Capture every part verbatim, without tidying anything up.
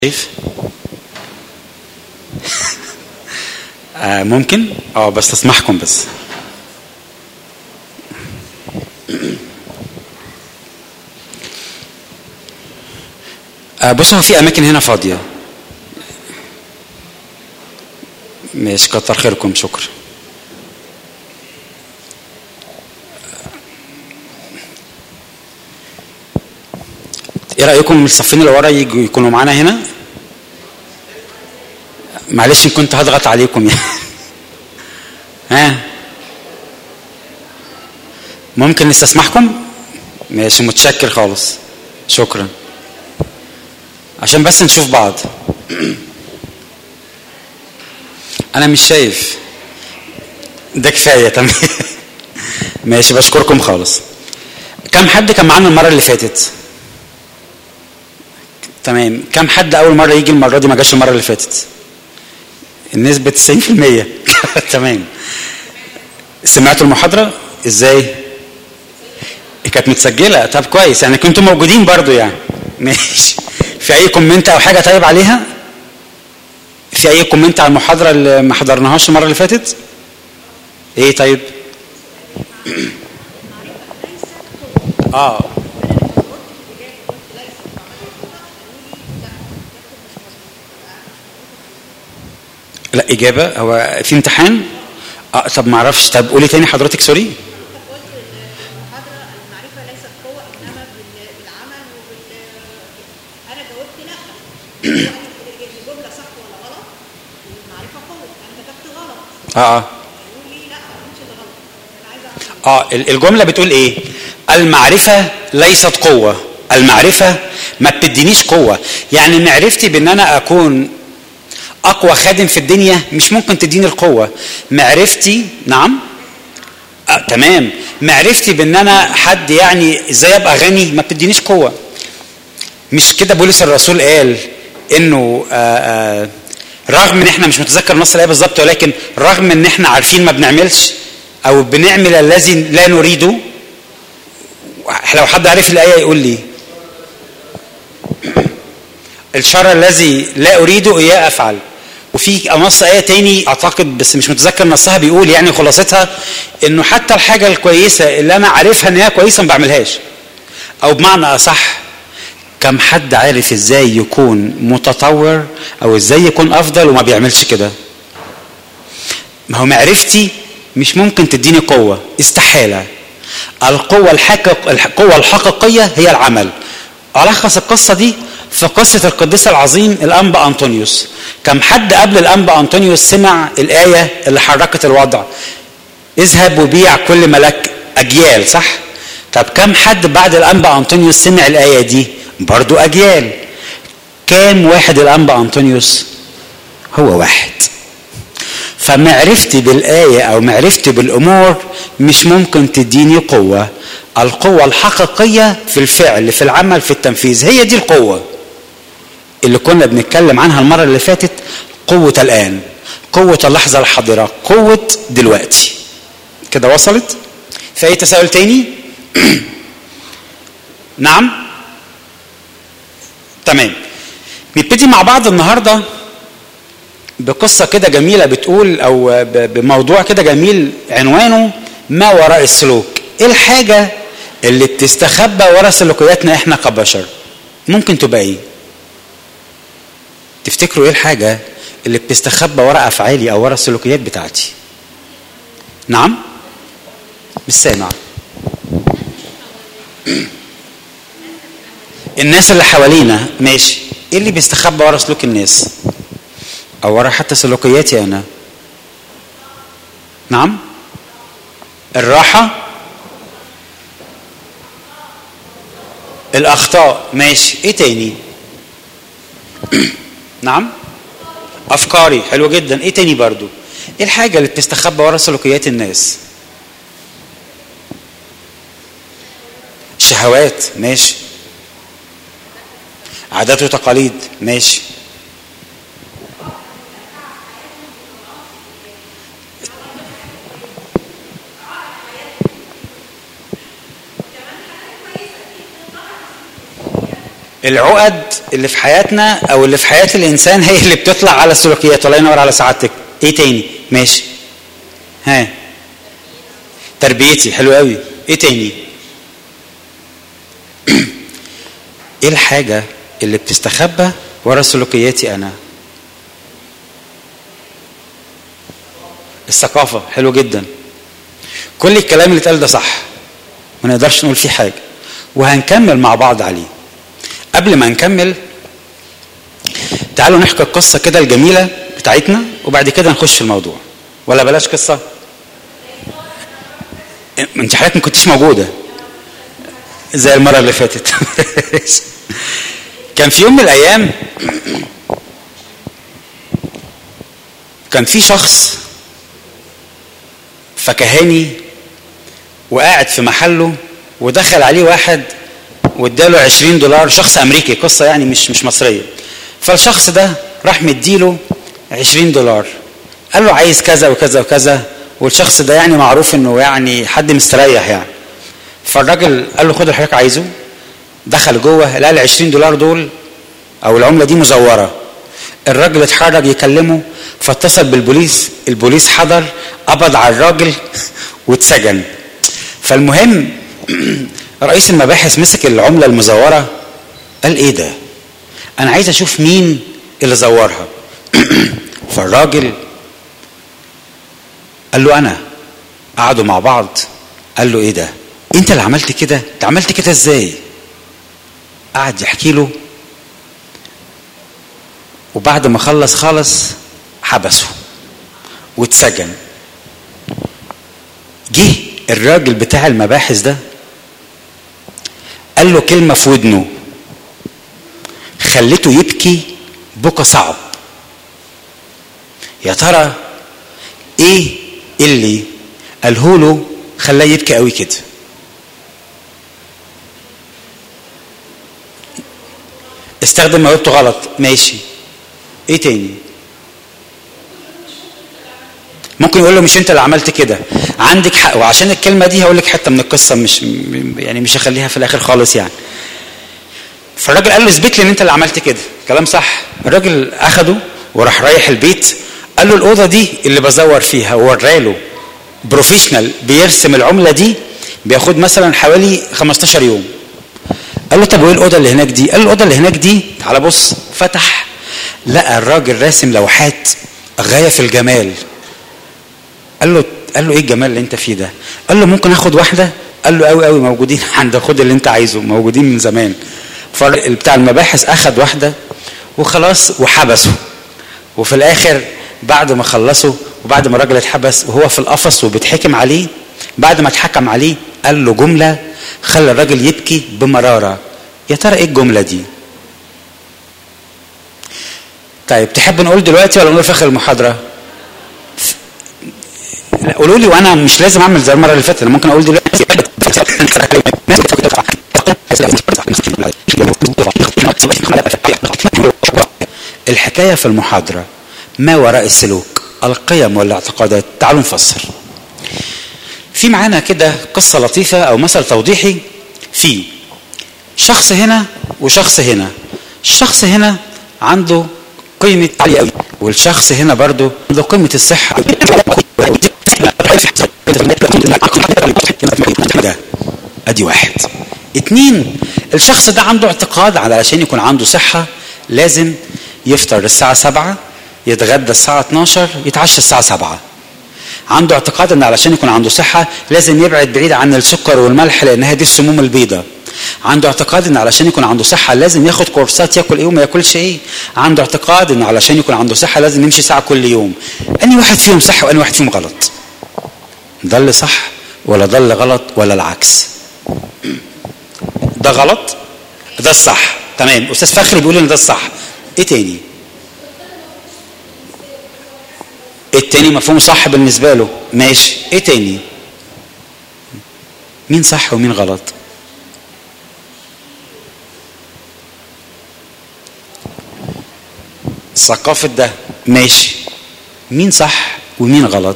كيف؟ آه ممكن اه بس اسمحكم بس. آه بصوا في اماكن هنا فاضيه. ماشي كتر خيركم شكرا. ايه رايكم الصفين اللي ورا يجوا يكونوا معانا هنا؟ معلش ان كنت هضغط عليكم يعني. ها ممكن نستسمحكم؟ ماشي متشكر خالص شكرا عشان بس نشوف بعض. انا مش شايف ده كفايه تمام. ماشي بشكركم خالص. كم حد كان معانا المره اللي فاتت؟ تمام. كم حد اول مره يجي المره دي ما جاش المره اللي فاتت؟ النسبه تسعين في المية. تمام. سمعتوا المحاضره ازاي؟ كانت متسجله. طب كويس يعني كنتوا موجودين برضو يعني. ماشي. في اي كومنت او حاجه طيب عليها؟ في اي كومنت على المحاضره اللي ما حضرناهاش المره اللي فاتت؟ ايه طيب؟ اه لا اجابه هو في امتحان. اه طب ما اعرفش. طب قولي تاني حضرتك سوري. اه اه الجمله بتقول ايه؟ المعرفه ليست قوه. المعرفه ما بتدينيش قوه. يعني معرفتي بان انا اكون اقوى خادم في الدنيا مش ممكن تديني القوه. معرفتي نعم آه تمام. معرفتي بان انا حد يعني ازاي ابقى غني ما بتدينيش قوه. مش كده بولس الرسول قال انه آآ آآ رغم ان احنا مش متذكر نص الايه بالظبط ولكن رغم ان احنا عارفين ما بنعملش او بنعمل الذي لا نريده. لو حد عارف الايه يقول لي. الشر الذي لا اريده اياه افعل. وفي نص ايه تاني اعتقد بس مش متذكر نصها بيقول يعني خلاصتها انه حتى الحاجه الكويسه اللي انا عارفها ان هي كويسه ما بعملهاش. او بمعنى اصح كم حد عارف ازاي يكون متطور او ازاي يكون افضل وما بيعملش كده؟ ما هو معرفتي مش ممكن تديني قوه. استحاله. القوه الحقيق القوه الحقيقيه هي العمل. الخص القصه دي في قصه القديس العظيم الانبا انطونيوس. كم حد قبل الانبا انطونيوس سمع الايه اللي حركت الوضع؟ اذهب وبيع كل ملك اجيال. صح؟ طب كم حد بعد الانبا انطونيوس سمع الايه دي؟ برضو اجيال. كام واحد الانبا انطونيوس؟ هو واحد. فمعرفتي بالايه او معرفتي بالامور مش ممكن تديني قوه. القوه الحقيقيه في الفعل في العمل في التنفيذ. هي دي القوه اللي كنا بنتكلم عنها المره اللي فاتت. قوه الان، قوه اللحظه الحاضره، قوه دلوقتي. كده وصلت؟ في اي تساؤل تاني؟ نعم تمام. نبتدي مع بعض النهارده بقصه كده جميله بتقول او بموضوع كده جميل عنوانه ما وراء السلوك. ايه الحاجه اللي بتستخبى ورا سلوكياتنا احنا كبشر؟ ممكن تبقى ايه؟ تفتكروا ايه الحاجه اللي بتستخبى ورا افعالي او ورا السلوكيات بتاعتي؟ نعم مش سامع. الناس اللي حوالينا. ماشي. ايه اللي بيستخبى ورا سلوك الناس او ورا حتى سلوكياتي انا؟ نعم الراحه، الاخطاء. ماشي. ايه تاني؟ نعم افكاري. حلو جدا. ايه تاني برضو؟ ايه الحاجه اللي بتستخبى ورا سلوكيات الناس؟ شهوات. ماشي. عادات وتقاليد. ماشي. العقد اللي في حياتنا او اللي في حياة الانسان هي اللي بتطلع على السلوكيات. الله ينور على سعادتك. ايه تاني؟ ماشي. ها، تربيتي. حلو قوي. ايه تاني؟ ايه الحاجة اللي بتستخبى ورا سلوكياتي انا؟ الثقافة. حلو جدا. كل الكلام اللي اتقال ده صح، ما نقدرش نقول فيه حاجة، وهنكمل مع بعض عليه. قبل ما نكمل تعالوا نحكي القصة كده الجميلة بتاعتنا وبعد كده نخش في الموضوع. ولا بلاش قصة؟ انت حضرتك ما كنتش موجودة زي المرة اللي فاتت. كان في يوم من الايام كان في شخص فكهاني وقاعد في محله، ودخل عليه واحد واداله عشرين دولار. شخص امريكي، قصة يعني مش مش مصرية. فالشخص ده راح مديله عشرين دولار، قال له عايز كذا وكذا وكذا، والشخص ده يعني معروف انه يعني حد مستريح يعني. فالراجل قال له خد اللي حضرتك عايزه. دخل جوه لقى ال عشرين دولار دول او العملة دي مزورة. الراجل اتحرج يكلمه فاتصل بالبوليس، البوليس حضر قبض على الراجل واتسجن. فالمهم رئيس المباحث مسك العملة المزورة، قال ايه ده؟ انا عايز اشوف مين اللي زورها. فالراجل قال له انا. قعدوا مع بعض، قال له ايه ده؟ انت اللي عملت كده؟ انت عملت كده ازاي؟ قعد يحكي له، وبعد ما خلص خالص حبسه واتسجن. جه الراجل بتاع المباحث ده قال له كلمة في ودنه خلته يبكي بكى صعب. يا ترى ايه اللي قاله له خلاه يبكي قوي كده؟ استخدم موهبته غلط. ماشي. ايه تاني؟ ممكن يقول له مش انت اللي عملت كده، عندك حق. وعشان الكلمه دي هقول لك حته من القصه، مش يعني مش هخليها في الاخر خالص يعني. فالراجل قال له اثبت لي ان انت اللي عملت كده. كلام صح. الراجل اخده وراح رايح البيت، قال له الاوضه دي اللي بزور فيها، ووراله بروفيشنال بيرسم العمله دي بياخد مثلا حوالي خمستاشر يوم. قال له طب وايه الاوضه اللي هناك دي؟ قال له الاوضه اللي هناك دي تعالى بص. فتح لقى الراجل راسم لوحات غايه في الجمال. قال له قال له ايه الجمال اللي انت فيه ده؟ قال له ممكن اخد واحده؟ قال له قوي قوي موجودين عند، خد اللي انت عايزه، موجودين من زمان. فبتاع المباحث اخد واحده وخلاص وحبسه. وفي الاخر بعد ما خلصوا وبعد ما الراجل اتحبس وهو في القفص وبيتحكم عليه، بعد ما اتحكم عليه قال له جمله خلى الراجل يبكي بمراره. يا ترى ايه الجمله دي؟ طيب تحب نقول دلوقتي ولا نقول في اخر المحاضره؟ لا قولوا لي، وانا مش لازم اعمل زي المره اللي فاتت، انا ممكن اقول دلوقتي. الحكايه في المحاضره ما وراء السلوك، القيم والاعتقادات. تعالوا نفسر. في معانا كده قصه لطيفه او مثل توضيحي. في شخص هنا وشخص هنا. الشخص هنا عنده قيمه عاليه قوي، والشخص هنا برضو عنده قيمه الصحه. ده ادي واحد. اتنين، الشخص ده عنده اعتقاد على عشان يكون عنده صحة لازم يفطر الساعة سبعة، يتغدى الساعة اتناشر، يتعشى الساعة سبعة. عنده اعتقاد ان علشان يكون عنده صحة لازم يبعد بعيد عن السكر والملح لانها دي السموم البيضاء. عنده اعتقاد ان علشان يكون عنده صحة لازم ياخد كورسات، ياكل ايه وما ياكلش ايه. عنده اعتقاد ان علشان يكون عنده صحة لازم يمشي ساعة كل يوم. اني واحد فيهم صح واني واحد فيهم غلط؟ ده اللي صح ولا ده اللي غلط ولا العكس؟ ده غلط، ده الصح. تمام. استاذ فخري بيقول ان ده الصح. ايه تاني؟ التاني مفهوم صح بالنسبة له. ماشي. ايه تاني؟ مين صح ومين غلط؟ ثقافة ده. ماشي. مين صح ومين غلط؟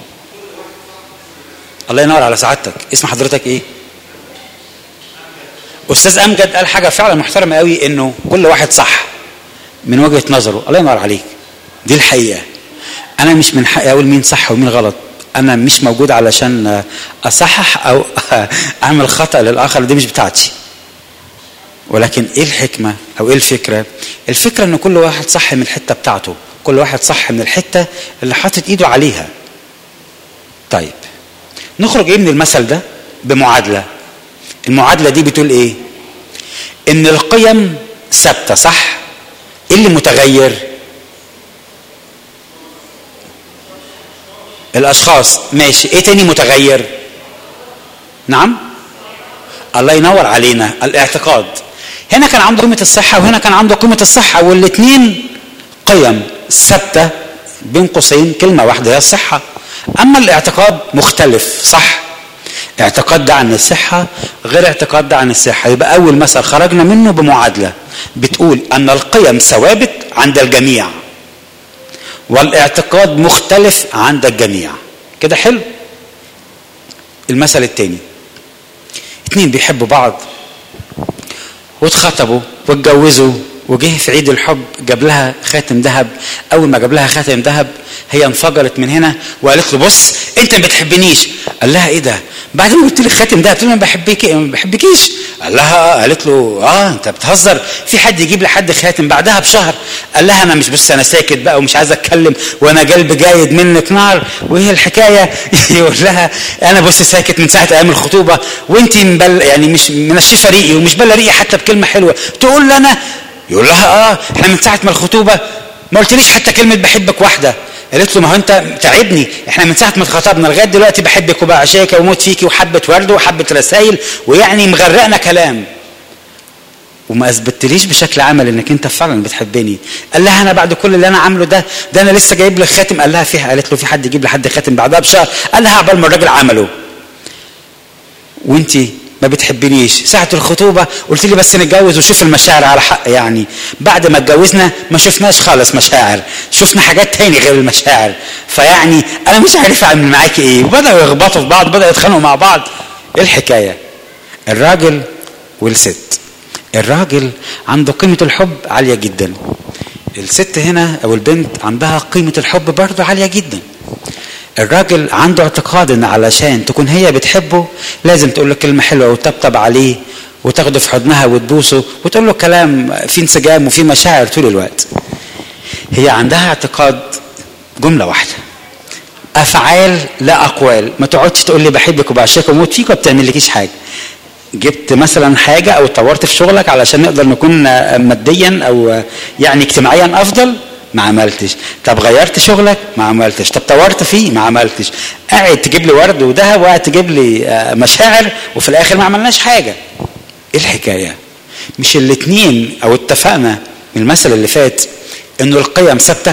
الله ينور على سعادتك. اسم حضرتك ايه؟ استاذ امجد قال حاجه فعلا محترمه قوي، انه كل واحد صح من وجهه نظره. الله ينور عليك، دي الحقيقه. انا مش من حقي اقول مين صح ومين غلط، انا مش موجود علشان اصحح او اعمل خطا للاخر، دي مش بتاعتي. ولكن ايه الحكمه او ايه الفكره؟ الفكره ان كل واحد صح من الحته بتاعته، كل واحد صح من الحته اللي حاطط ايده عليها. طيب نخرج ايه من المثل ده؟ بمعادله. المعادله دي بتقول ايه؟ ان القيم ثابته، صح؟ ايه اللي متغير؟ الاشخاص، ماشي. ايه تاني متغير؟ نعم، الله ينور علينا، الاعتقاد. هنا كان عنده قيمه الصحه وهنا كان عنده قيمه الصحه، والاثنين قيم ثابته بين قوسين كلمه واحده هي الصحه. اما الاعتقاد مختلف، صح؟ اعتقاد ده عن الصحه غير اعتقاد ده عن الصحه. يبقى اول مثل خرجنا منه بمعادله بتقول ان القيم ثوابت عند الجميع والاعتقاد مختلف عند الجميع. كده حلو. المثل الثاني، اتنين بيحبوا بعض واتخطبوا واتجوزوا، وجه في عيد الحب جاب لها خاتم ذهب. اول ما جاب لها خاتم ذهب هي انفجرت من هنا وقالت له بص انت ما بتحبنيش. قال لها ايه ده؟ بعد ما قلت لي خاتم ذهب قلت له ما بحبك ما بحبكيش. قال لها قالت له اه انت بتهزر، في حد يجيب لحد خاتم؟ بعدها بشهر قال لها انا مش بص انا ساكت بقى ومش عايز اتكلم وانا قلبي جايد منك نار وهي الحكايه. يقول لها انا بص ساكت من ساعه ايام الخطوبه وانت مبل يعني مش منشفه ريقي ومش بل ريقي حتى بكلمه حلوه. تقول لي انا، يقول لها اه احنا من ساعه ما الخطوبه ما قلتليش حتى كلمه بحبك واحده. قالت له ما هو انت تعبني، احنا من ساعه ما اتخطبنا لغايه دلوقتي بحبك وبعشاك وموت فيكي وحبه ورد وحبه رسايل ويعني مغرقنا كلام وما اثبتليش بشكل عمل انك انت فعلا بتحبني. قال لها انا بعد كل اللي انا عامله ده ده انا لسه جايب لك خاتم. قال لها فيها، قالت له في حد يجيب لحد خاتم بعدها بشهر؟ قال لها عقبال ما الراجل عمله وانت ما بتحبنيش. ساعة الخطوبة قلت لي بس نتجوز وشوف المشاعر على حق، يعني بعد ما اتجوزنا ما شفناش خالص مشاعر، شفنا حاجات تاني غير المشاعر، فيعني انا مش عارف اعمل معاكي ايه. وبدأوا يخبطوا في بعض، بدأوا يتخانقوا مع بعض. ايه الحكاية؟ الراجل والست. الراجل عنده قيمة الحب عالية جدا، الست هنا او البنت عندها قيمة الحب برضه عالية جدا. الراجل عنده اعتقاد ان علشان تكون هي بتحبه لازم تقول له كلمه حلوه وتطبطب عليه وتاخده في حضنها وتبوسه وتقول له كلام فيه انسجام وفيه مشاعر طول الوقت. هي عندها اعتقاد جمله واحده، افعال لا اقوال. ما تقعدش تقول لي بحبك وبعشقك وموت فيك وما بتعملكيش حاجه. جبت مثلا حاجه او اتطورت في شغلك علشان نقدر نكون ماديا او يعني اجتماعيا افضل، ما عملتش. طب غيرت شغلك، ما عملتش. طب طورت فيه، ما عملتش. قاعد تجيب لي ورد وذهب وقاعد تجيب لي مشاعر وفي الاخر ما عملناش حاجه. ايه الحكايه؟ مش الاثنين او اتفقنا من المثل اللي فات انه القيم ثابته،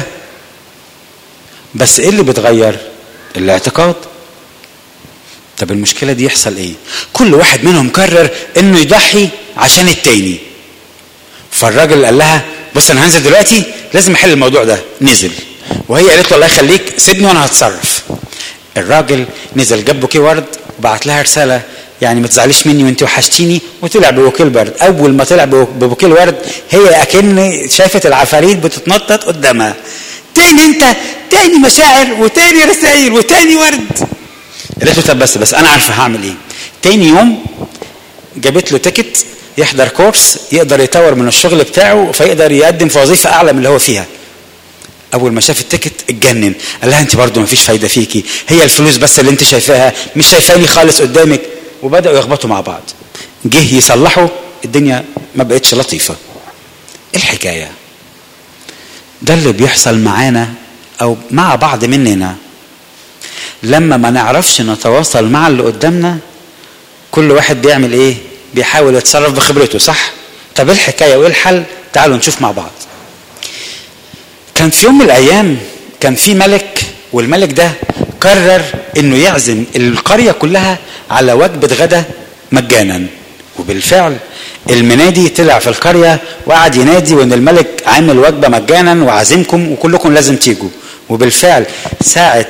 بس ايه اللي بيتغير؟ الاعتقاد. طب المشكله دي يحصل ايه؟ كل واحد منهم قرر انه يضحي عشان التاني. فالراجل قال لها بص انا هنزل دلوقتي لازم احل الموضوع ده. نزل وهي قالت له الله يخليك سيبني وانا هتصرف. الراجل نزل جاب بوكيه ورد وبعت لها رساله يعني ما تزعليش مني وانت وحشتيني، وطلع ببوكيه الورد. اول ما طلع ببوكيه الورد هي اكن شافت العفاريت بتتنطط قدامها. تاني انت تاني مشاعر وتاني رسائل وتاني ورد. قالت له طب بس بس انا عارفه هعمل ايه. تاني يوم جابت له تيكت يحضر كورس يقدر يطور من الشغل بتاعه فيقدر يقدم في وظيفه اعلى من اللي هو فيها. اول ما شاف التيكت اتجنن، قال لها انت برضو ما فيش فايده فيكي، هي الفلوس بس اللي انت شايفاها، مش شايفاني خالص قدامك. وبداوا يخبطوا مع بعض. جه يصلحوا الدنيا ما بقتش لطيفه. الحكايه ده اللي بيحصل معانا او مع بعض مننا لما ما نعرفش نتواصل مع اللي قدامنا. كل واحد بيعمل ايه؟ بيحاول يتصرف بخبرته، صح؟ طب ايه الحكايه وايه الحل؟ تعالوا نشوف مع بعض. كان في يوم من الايام كان في ملك، والملك ده قرر انه يعزم القريه كلها على وجبه غدا مجانا. وبالفعل المنادي طلع في القريه وقعد ينادي وان الملك عامل وجبه مجانا وعازمكم وكلكم لازم تيجوا. وبالفعل ساعه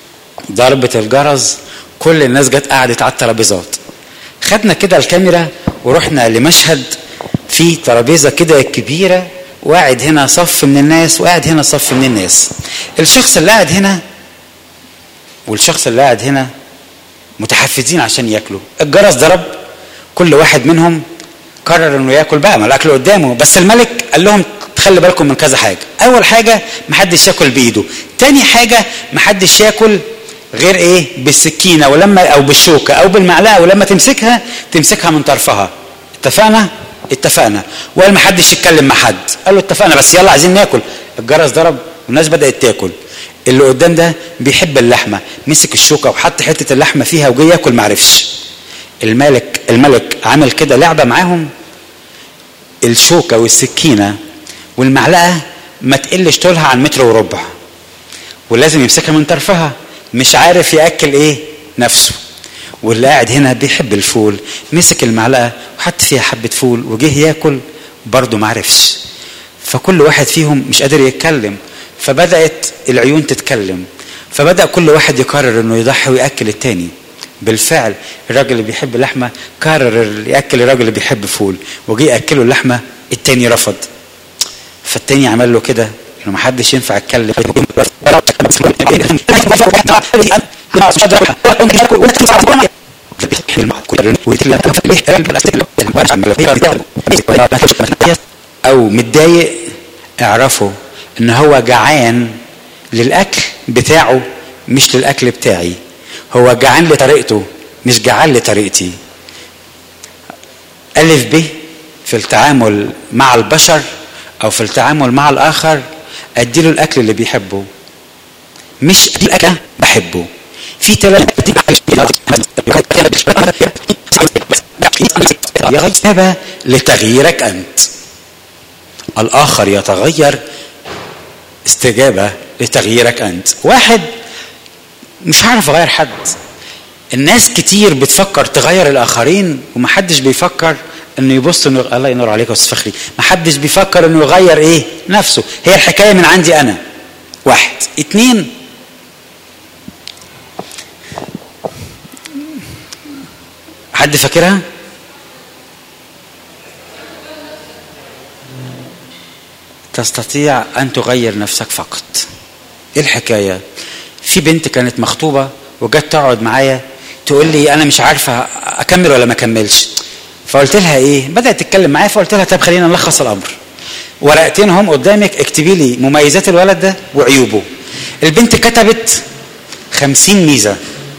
ضربه الجرس كل الناس جت قعدت على الترابيزات. خدنا كده الكاميرا ورحنا لمشهد في ترابيزه كده كبيره، وقاعد هنا صف من الناس وقاعد هنا صف من الناس. الشخص اللي قاعد هنا والشخص اللي قاعد هنا متحفزين عشان ياكلوا. الجرس ضرب، كل واحد منهم قرر انه ياكل بقى، ما الاكل قدامه، بس الملك قال لهم تخلي بالكم من كذا حاجه. اول حاجه محدش ياكل بايده، تاني حاجه محدش ياكل غير ايه؟ بالسكينه، ولما او بالشوكه او بالمعلقه، ولما تمسكها تمسكها من طرفها. اتفقنا؟ اتفقنا. وقال محدش يتكلم مع حد. قال له اتفقنا بس يلا عايزين ناكل. الجرس ضرب والناس بدات تاكل. اللي قدام ده بيحب اللحمه، مسك الشوكه وحط حته اللحمه فيها وجاي ياكل، معرفش. الملك الملك عمل كده لعبه معاهم، الشوكه والسكينه والمعلقه ما تقلش طولها عن متر وربع، ولازم يمسكها من طرفها، مش عارف ياكل ايه نفسه. واللي قاعد هنا بيحب الفول، مسك المعلقه وحط فيها حبه فول وجه ياكل، برضه ما عرفش. فكل واحد فيهم مش قادر يتكلم، فبدات العيون تتكلم، فبدا كل واحد يقرر انه يضحي وياكل التاني. بالفعل الراجل اللي بيحب اللحمه قرر ياكل الراجل اللي بيحب فول، وجي ياكله اللحمه، التاني رفض. فالتاني عمل له كده انه ما حدش ينفع يتكلم. او متضايق، اعرفوا ان هو جعان للاكل بتاعه مش للاكل بتاعي، هو جعان لطريقته مش جعان لطريقتي. الف ب في التعامل مع البشر او في التعامل مع الاخر، اديله الاكل اللي بيحبه مش الاكل بحبه. في ثلاث يغيب لتغييرك انت، الاخر يتغير استجابه لتغييرك انت. واحد مش عارف اغير حد، الناس كتير بتفكر تغير الاخرين ومحدش بيفكر انه يبص انه الله ينور عليك يا استاذ فخري، محدش بيفكر انه يغير ايه نفسه. هي الحكايه من عندي انا. واحد. اتنين، حد فاكرها؟ تستطيع ان تغير نفسك فقط. ايه الحكايه؟ في بنت كانت مخطوبه وجت تقعد معايا تقول لي انا مش عارفه اكمل ولا ما اكملش. فقلت لها ايه؟ بدات تتكلم معايا، فقلت لها طب خلينا نلخص الامر، ورقتين هم قدامك، اكتبي لي مميزات الولد ده وعيوبه. البنت كتبت خمسين ميزه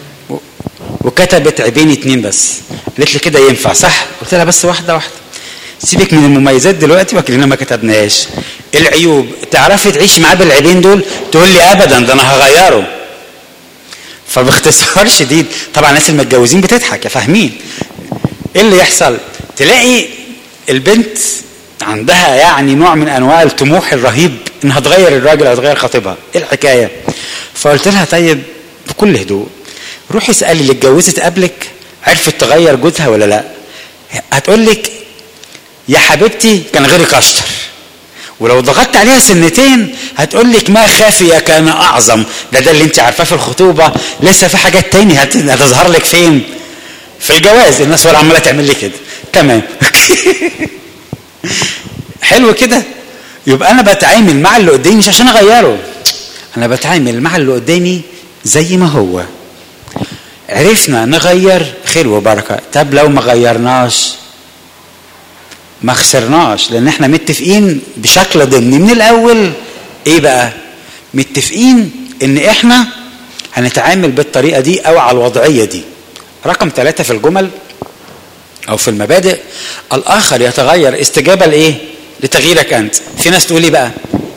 وكتبت عيبين اتنين بس. قالت لي كده ينفع صح؟ قلت لها بس واحده واحده، سيبك من المميزات دلوقتي وكلنا ما كتبناش. العيوب تعرفي تعيشي معاه بالعيبين دول؟ تقول لي ابدا ده انا هغيره. فباختصار شديد، طبعا الناس المتجوزين بتضحك يا فاهمين ايه اللي يحصل، تلاقي البنت عندها يعني نوع من انواع الطموح الرهيب انها تغير الراجل او تغير خطيبها. ايه الحكايه؟ فقلت لها طيب بكل هدوء روحي اسالي اللي اتجوزت قبلك عرفت تغير جوزها ولا لا. هتقول لك يا حبيبتي كان غيرك اشطر، ولو ضغطت عليها سنتين هتقول لك ما خافي كان اعظم. ده ده اللي انت عارفاه في الخطوبه، لسه في حاجات تاني هتظهر لك فين؟ في الجواز. الناس ولا عماله تعمل لي كده. تمام حلو كده. يبقى انا بتعامل مع اللي قدامي مش عشان اغيره، انا بتعامل مع اللي قدامي زي ما هو. عرفنا نغير خير وبركه. طب لو ما غيرناش ما خسرناش، لان احنا متفقين بشكل ضمني من الاول. ايه بقى؟ متفقين ان احنا هنتعامل بالطريقه دي او على الوضعيه دي. رقم ثلاثة في الجمل او في المبادئ، الاخر يتغير استجابه لايه؟ لتغييرك انت. في ناس تقول ايه بقى؟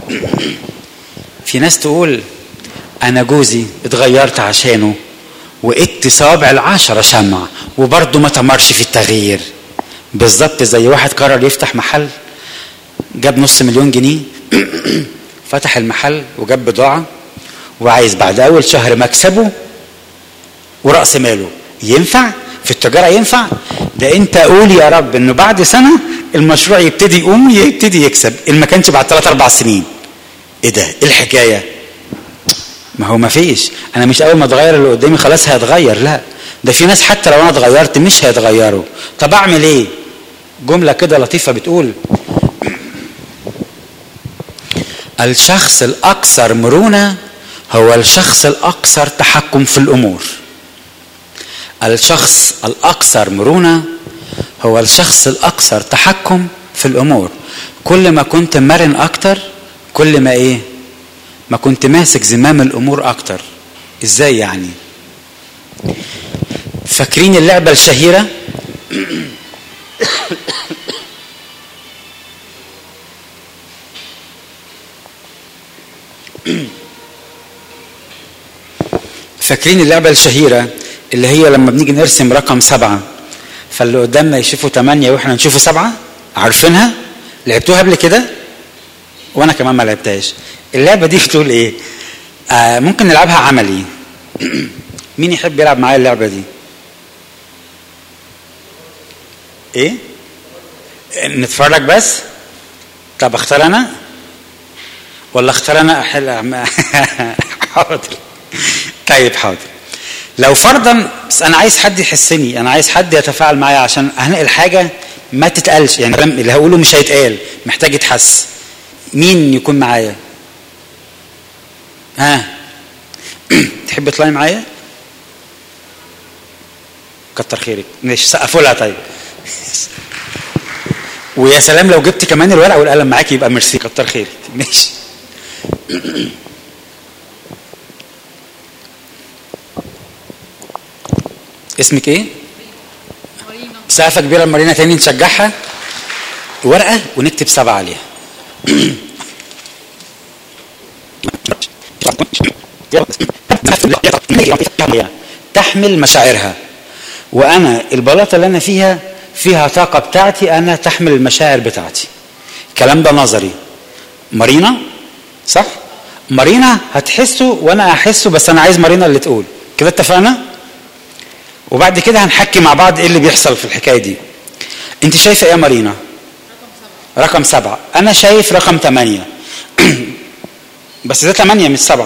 في ناس تقول انا جوزي اتغيرت عشانه وقدت صابع العشرة شمع وبرضه ما تمرش في التغيير. بالظبط زي واحد قرر يفتح محل، جاب نص مليون جنيه فتح المحل وجاب بضاعة وعايز بعد اول شهر مكسبه ورأس ماله. ينفع؟ في التجارة ينفع؟ ده انت قول يا رب انه بعد سنة المشروع يبتدي يقوم يبتدي يكسب، ان ما كانش بعد ثلاث اربع سنين. ايه ده؟ ايه الحكاية؟ ما هو ما فيش، انا مش اول ما اتغير اللي قدامي خلاص هيتغير، لا، ده في ناس حتى لو انا اتغيرت مش هيتغيروا. طب اعمل ايه؟ جملة كده لطيفة بتقول الشخص الأكثر مرونة هو الشخص الأكثر تحكم في الأمور. الشخص الأكثر مرونة هو الشخص الأكثر تحكم في الأمور. كل ما كنت مرن أكتر كل ما إيه؟ ما كنت ماسك زمام الأمور أكتر. إزاي يعني؟ فاكرين اللعبة الشهيرة فاكرين اللعبة الشهيرة اللي هي لما بنيجي نرسم رقم سبعة فاللي قدامنا يشوفوا تمانية واحنا نشوفوا سبعة؟ عارفينها؟ لعبتوها قبل كده؟ وانا كمان ما لعبتهاش. اللعبة دي بتقول ايه؟ آه ممكن نلعبها عملي. مين يحب يلعب معايا اللعبة دي؟ ايه؟ نتفرج بس؟ طب اختار انا؟ ولا اختار انا احل؟ حاضر. طيب حاضر. لو فرضا بس انا عايز حد يحسني، انا عايز حد يتفاعل معايا عشان هنقل حاجه ما تتقالش، يعني اللي هقوله مش هيتقال، محتاج يتحس. مين يكون معايا؟ ها تحب تطلعي معايا؟ كتر خيرك. ماشي سقفوا لها. طيب ويا سلام لو جبت كمان الورقه والقلم معاكي يبقى ميرسي. كتر خيرك. ماشي. اسمك ايه؟ مارينا. سقفه كبيره لمارينا تاني نشجعها. ورقه ونكتب سبعه عليها. تحمل مشاعرها، وانا البلاطه اللي انا فيها فيها طاقه بتاعتي، انا تحمل المشاعر بتاعتي. الكلام ده نظري. مارينا صح؟ مارينا هتحسه وانا هحسه، بس انا عايز مارينا اللي تقول كده. اتفقنا؟ وبعد كده هنحكي مع بعض ايه اللي بيحصل في الحكايه دي. انت شايفه ايه يا مارينا؟ رقم سبعة. رقم سبعة. انا شايف رقم ثمانية. بس ده ثمانية مش سبعة.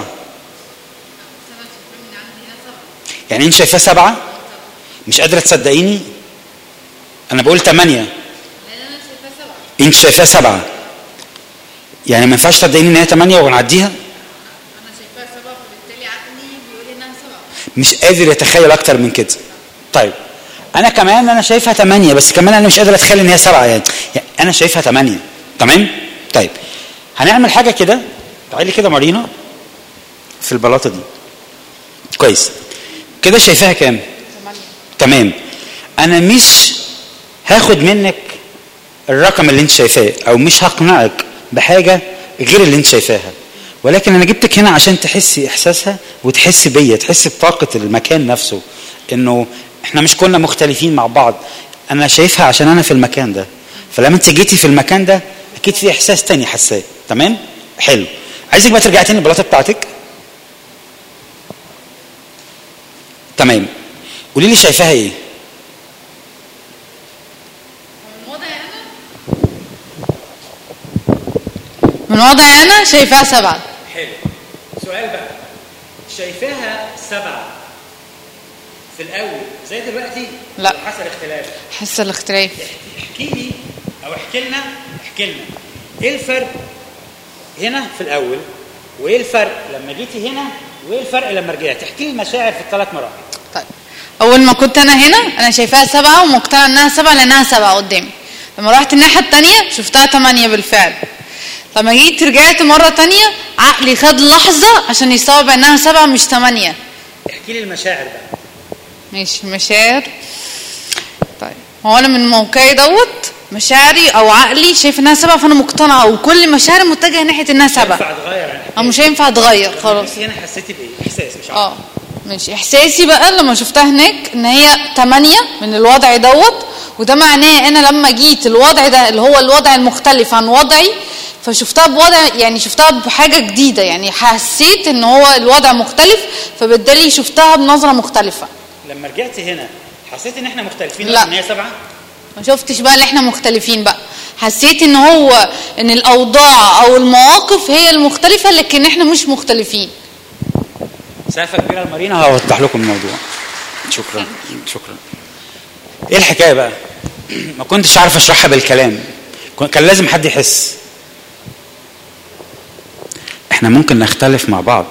يعني انت شايفاه سبعة؟ مش قادره تصدقيني؟ انا بقول ثمانية. انت شايفاه سبعة، يعني ما ينفعش تصدقيني ان هي ثمانية ونعديها؟ انا شايفاها سبعة، فبالتالي عقلي بيقول انها سبعة. مش قادر يتخيل اكتر من كده. طيب انا كمان انا شايفها ثمانية، بس كمان انا مش قادر اتخيل ان هي سبعة. يعني, يعني انا شايفها ثمانية. تمام؟ طيب هنعمل حاجه كده. تعالي كده مارينا في البلاطه دي. كويس كده. شايفاها كام؟ ثمانية. تمام. انا مش هاخد منك الرقم اللي انت شايفاه، او مش هقنعك بحاجه غير اللي انت شايفاها، ولكن انا جبتك هنا عشان تحسي احساسها وتحسي بيا، تحسي بطاقه المكان نفسه، انه احنا مش كنا مختلفين مع بعض. انا شايفها عشان انا في المكان ده، فلما انت جيتي في المكان ده اكيد في احساس تاني حساه. تمام؟ حلو. عايزك بقى ترجعي تاني البلاطه بتاعتك. تمام. قولي لي شايفاها ايه؟ من وضعي انا شايفاها سبعة. حلو. سؤال بقى، شايفاها سبعة في الاول زي دلوقتي؟ لا، حصل اختلاف. حصل الاختلاف. احكي لي او احكي لنا احكي لنا ايه الفرق هنا في الاول، وايه الفرق لما جيتي هنا، وايه الفرق لما رجعتي؟ احكي لي المشاعر في الثلاث مراحل. طيب اول ما كنت انا هنا انا شايفاها سبعة ومقتنعه انها سبعة لانها سبعة قدامي. لما رحت الناحيه الثانيه شفتها ثمانية بالفعل. لما جيت رجعت مره ثانيه عقلي خد لحظه عشان يستوعب انها سبعة مش ثمانية. احكي لي المشاعر بقى. ماشي. المشاعر. طيب هو انا من موقعي دوت مشاعري او عقلي شايف انها سبعة، فانا مقتنعه وكل مشاعري متجهه ناحيه انها سبعة. مش هينفع اتغير. او مش هينفع اتغير خلاص. بس هنا حسيتي بايه؟ احساس مش عارف. اه ماشي. احساسي بقى لما شفتها هناك ان هي ثمانية من الوضع دوت، وده معناه انا لما جيت الوضع ده اللي هو الوضع المختلف عن وضعي، فشفتها بوضع يعني شفتها بحاجه جديده، يعني حسيت ان هو الوضع مختلف، فبالتالي شفتها بنظره مختلفه. لما رجعتي هنا حسيت ان احنا مختلفين؟ لا، ان هي سبعة. ما شفتش بقى اللي احنا مختلفين بقى، حسيت ان هو ان الاوضاع او المواقف هي المختلفه لكن احنا مش مختلفين. سقفه كبيره لمارينا، هوضح لكم الموضوع. شكرا شكرا. ايه الحكايه بقى؟ ما كنتش عارف اشرحها بالكلام، كان لازم حد يحس. احنا ممكن نختلف مع بعض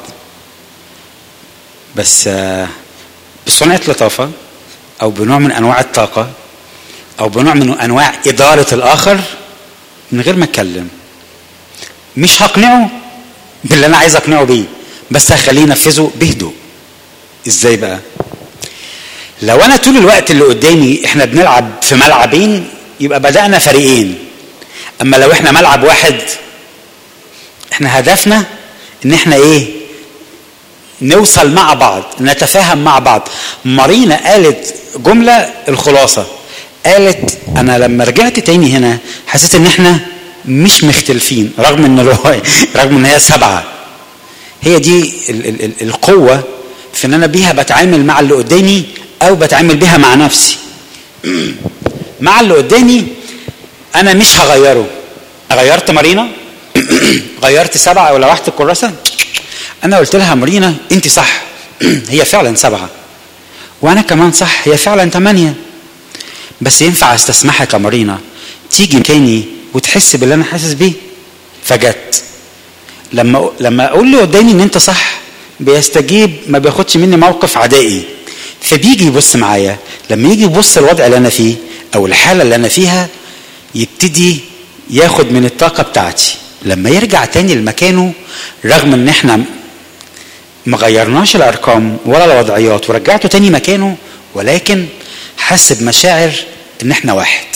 بس بصنعة لطافة او بنوع من انواع الطاقة او بنوع من انواع ادارة الاخر من غير ما اتكلم. مش هقنعه باللي انا عايز اقنعه بيه، بس هخليه ينفذه بهدوء. ازاي بقى؟ لو انا طول الوقت اللي قدامي احنا بنلعب في ملعبين يبقى بدأنا فريقين، اما لو احنا ملعب واحد احنا هدفنا ان احنا ايه؟ نوصل مع بعض، نتفاهم مع بعض. مارينا قالت جملة الخلاصة، قالت انا لما رجعت تاني هنا حسيت ان احنا مش مختلفين رغم ان رغم ان هي سبعة. هي دي ال ال ال القوة في ان انا بيها بتعامل مع اللي قدامي او بتعامل بيها مع نفسي. مع اللي قدامي انا مش هغيره. غيرت مارينا غيرت سبعة او لوحت الكراسة، انا قلت لها مارينا انت صح هي فعلا سبعة، وانا كمان صح هي فعلا ثمانية، بس ينفع استسمحك يا مارينا تيجي تاني وتحس باللي انا حاسس بيه؟ فجت لما لما اقول له قدامي ان انت صح بيستجيب، ما بياخدش مني موقف عدائي، فبيجي يبص معايا. لما يجي يبص الوضع اللي انا فيه او الحالة اللي انا فيها يبتدي ياخد من الطاقة بتاعتي. لما يرجع تاني لمكانه رغم ان احنا ما غيرناش الارقام ولا الوضعيات ورجعته تاني مكانه، ولكن حس بمشاعر ان احنا واحد.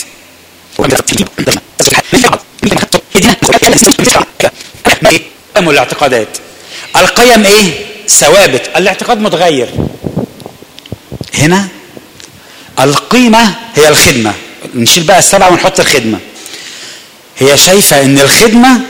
الاعتقادات القيم ايه؟ ثوابت. الاعتقاد متغير. هنا القيمة هي الخدمة. نشيل بقى السبعة ونحط الخدمة. هي شايفة ان الخدمة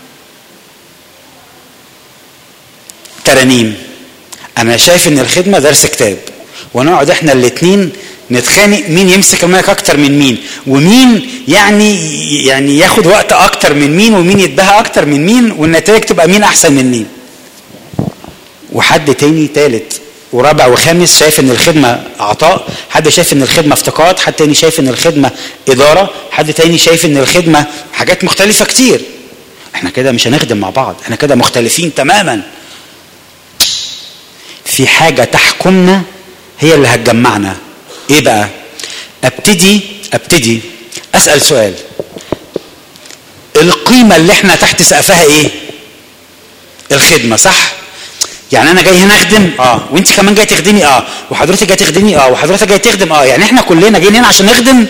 ترانيم، انا شايف ان الخدمة درس كتاب، ونقعد احنا الاتنين نتخانق مين يمسك المايك اكتر من مين، ومين يعني يعني ياخد وقت اكتر من مين، ومين يتباهى اكتر من مين، والنتائج تبقى مين احسن من مين. وحد تاني تالت ورابع وخامس شايف ان الخدمة عطاء، حد شايف ان الخدمة افتقاد، حد تاني شايف ان الخدمة ادارة، حد تاني شايف ان الخدمة حاجات مختلفة كتير. احنا كده مش هنخدم مع بعض، احنا كده مختلفين تماما. في حاجة تحكمنا هي اللي هتجمعنا. ايه بقى؟ ابتدي ابتدي اسأل سؤال، القيمة اللي احنا تحت سقفها ايه؟ الخدمة، صح؟ يعني انا جاي هنا اخدم اه، وانت كمان جاي تخدمي اه، وحضرتك جاي تخدمي اه، وحضرتك جاي تخدم اه، يعني احنا كلنا جايين هنا عشان نخدم.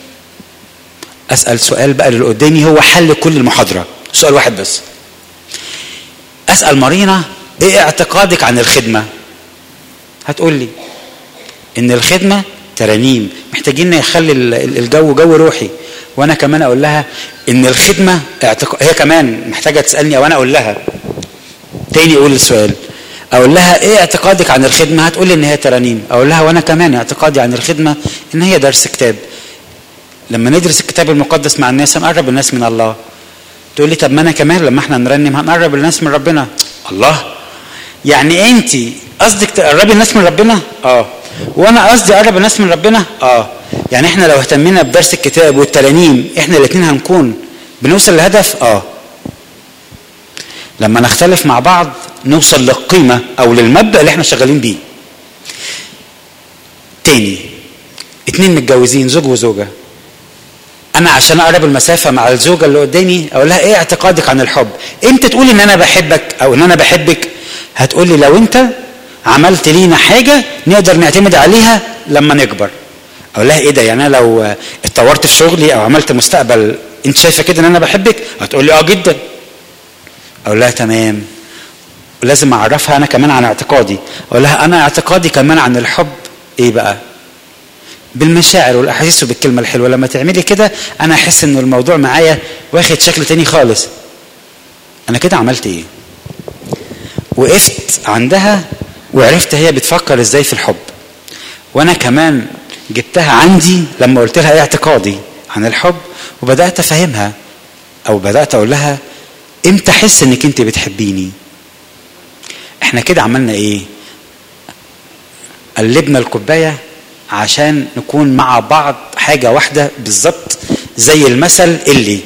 اسأل سؤال بقى اللي قدامي هو حل كل المحاضرة، سؤال واحد بس. اسأل مارينا ايه اعتقادك عن الخدمة؟ هتقول لي ان الخدمة ترانيم، محتاجين نخلي الجو جو روحي. وانا كمان اقول لها ان الخدمة اعتقاد، هي كمان محتاجة تسألني او انا اقول لها تاني. اقول السؤال اقول لها ايه اعتقادك عن الخدمة؟ هتقول لي ان هي ترانيم. اقول لها وانا كمان اعتقادي عن الخدمة ان هي درس كتاب. لما ندرس الكتاب المقدس مع الناس هنقرب الناس من الله. تقول لي طب ما انا كمان لما احنا نرنم هنقرب الناس من ربنا. الله، يعني انت قصدك تقربي الناس من ربنا؟ اه. وانا قصدي اقرب الناس من ربنا؟ اه. يعني احنا لو اهتمينا بدرس الكتاب والترانيم احنا الاثنين هنكون بنوصل لهدف. اه. لما نختلف مع بعض نوصل للقيمة او للمبدأ اللي احنا شغالين بيه. تاني، اتنين متجوزين زوج وزوجة، انا عشان اقرب المسافة مع الزوجة اللي قدامي اقول لها ايه اعتقادك عن الحب؟ امتى تقولي ان انا بحبك او ان انا بحبك؟ هتقولي لو انت عملت لينا حاجة نقدر نعتمد عليها لما نكبر. اقول لها ايه ده؟ يعني انا لو اتطورت في شغلي او عملت مستقبل انت شايفة كده ان انا بحبك؟ هتقولي اه جدا. اقول لها تمام، لازم اعرفها انا كمان عن اعتقادي. اقول لها انا اعتقادي كمان عن الحب ايه بقى؟ بالمشاعر والاحاسيس وبالكلمة الحلوة. لما تعملي كده انا احس ان الموضوع معايا واخد شكل تاني خالص. انا كده عملت ايه؟ وقفت عندها وعرفت هي بتفكر ازاي في الحب، وانا كمان جبتها عندي لما قلت لها ايه اعتقادي عن الحب، وبدأت افهمها او بدأت اقول لها امتى احس انك انت بتحبيني. احنا كده عملنا ايه؟ قلبنا الكوباية عشان نكون مع بعض حاجة حاجة واحدة بالظبط، زي المثل اللي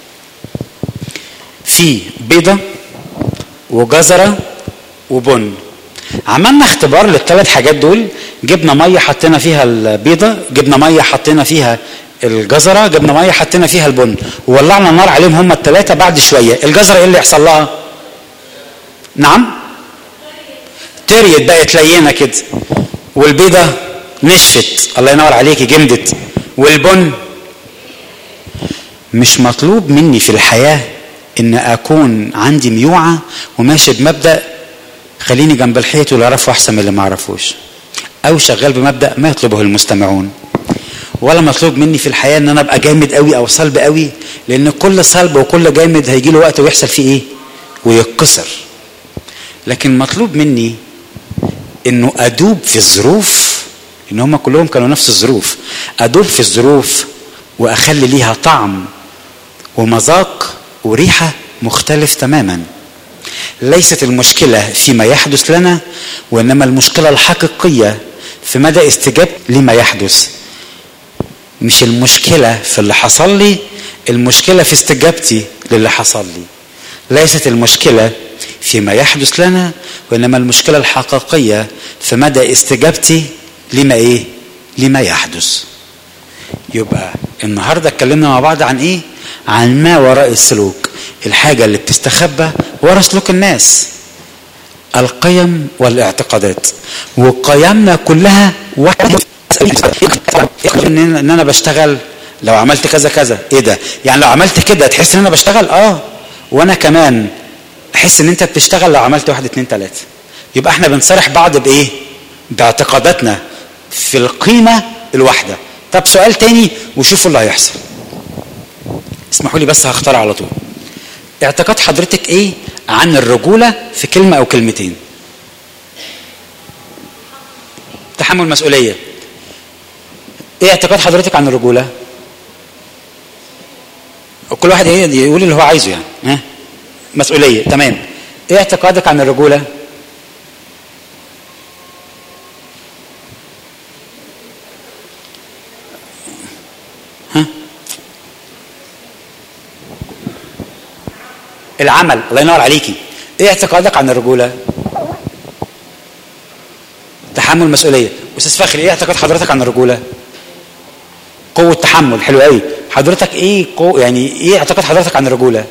فيه بيضة وجزرة وبن. عملنا اختبار للثلاث حاجات دول، جبنا ميه حطينا فيها البيضة، جبنا ميه حطينا فيها الجزرة، جبنا ميه حطينا فيها البن، وولعنا النار عليهم هم الثلاثة. بعد شوية الجزرة ايه اللي يحصل لها؟ نعم تريت بقت لينة كده، والبيضة نشفت، الله ينور عليكي جمدت، والبن. مش مطلوب مني في الحياة ان اكون عندي ميوعة وماشي بمبدأ خليني جنب الحيط واللي اعرفه احسن من اللي ما اعرفوش، او شغال بمبدأ ما يطلبه المستمعون. ولا مطلوب مني في الحياة ان انا ابقى جامد قوي او صلب قوي، لان كل صلب وكل جامد هيجي له وقت ويحصل فيه ايه؟ ويتكسر. لكن مطلوب مني انه ادوب في الظروف، ان هم كلهم كانوا نفس الظروف، ادوب في الظروف واخلي ليها طعم ومذاق وريحة مختلف تماما. ليست المشكلة فيما يحدث لنا، وإنما المشكلة الحقيقية في مدى استجابة لما يحدث. مش المشكلة في اللي حصل لي، المشكلة في استجابتي للي حصل لي. ليست المشكلة فيما يحدث لنا، وإنما المشكلة الحقيقية في مدى استجابتي لما إيه؟ لما يحدث. يبقى النهاردة اتكلمنا مع بعض عن إيه؟ عن ما وراء السلوك، الحاجة اللي بتستخبى ورا سلوك الناس، القيم والاعتقادات. وقيمنا كلها واحدة، ان انا بشتغل لو عملت كذا كذا. ايه ده؟ يعني لو عملت كده تحس ان انا بشتغل؟ اه وانا كمان احس ان انت بتشتغل لو عملت واحد اتنين تلاتة. يبقى احنا بنصارح بعض بايه؟ باعتقاداتنا في القيمة الواحدة. طب سؤال تاني وشوفوا اللي هيحصل. اسمحوا لي بس هختار على طول. اعتقاد حضرتك ايه عن الرجولة في كلمة او كلمتين؟ تحمل مسؤولية. ايه اعتقاد حضرتك عن الرجولة؟ كل واحد يقول اللي هو عايزه يعني. ها؟ مسؤولية، تمام. ايه اعتقادك عن الرجولة؟ ها؟ العمل، الله ينور عليكي. ايه اعتقادك عن الرجولة؟ تحمل مسؤولية. استاذ فخري ايه اعتقاد حضرتك عن الرجولة؟ قوة تحمل، حلو قوي. حضرتك ايه قو... يعني ايه اعتقاد حضرتك عن الرجولة؟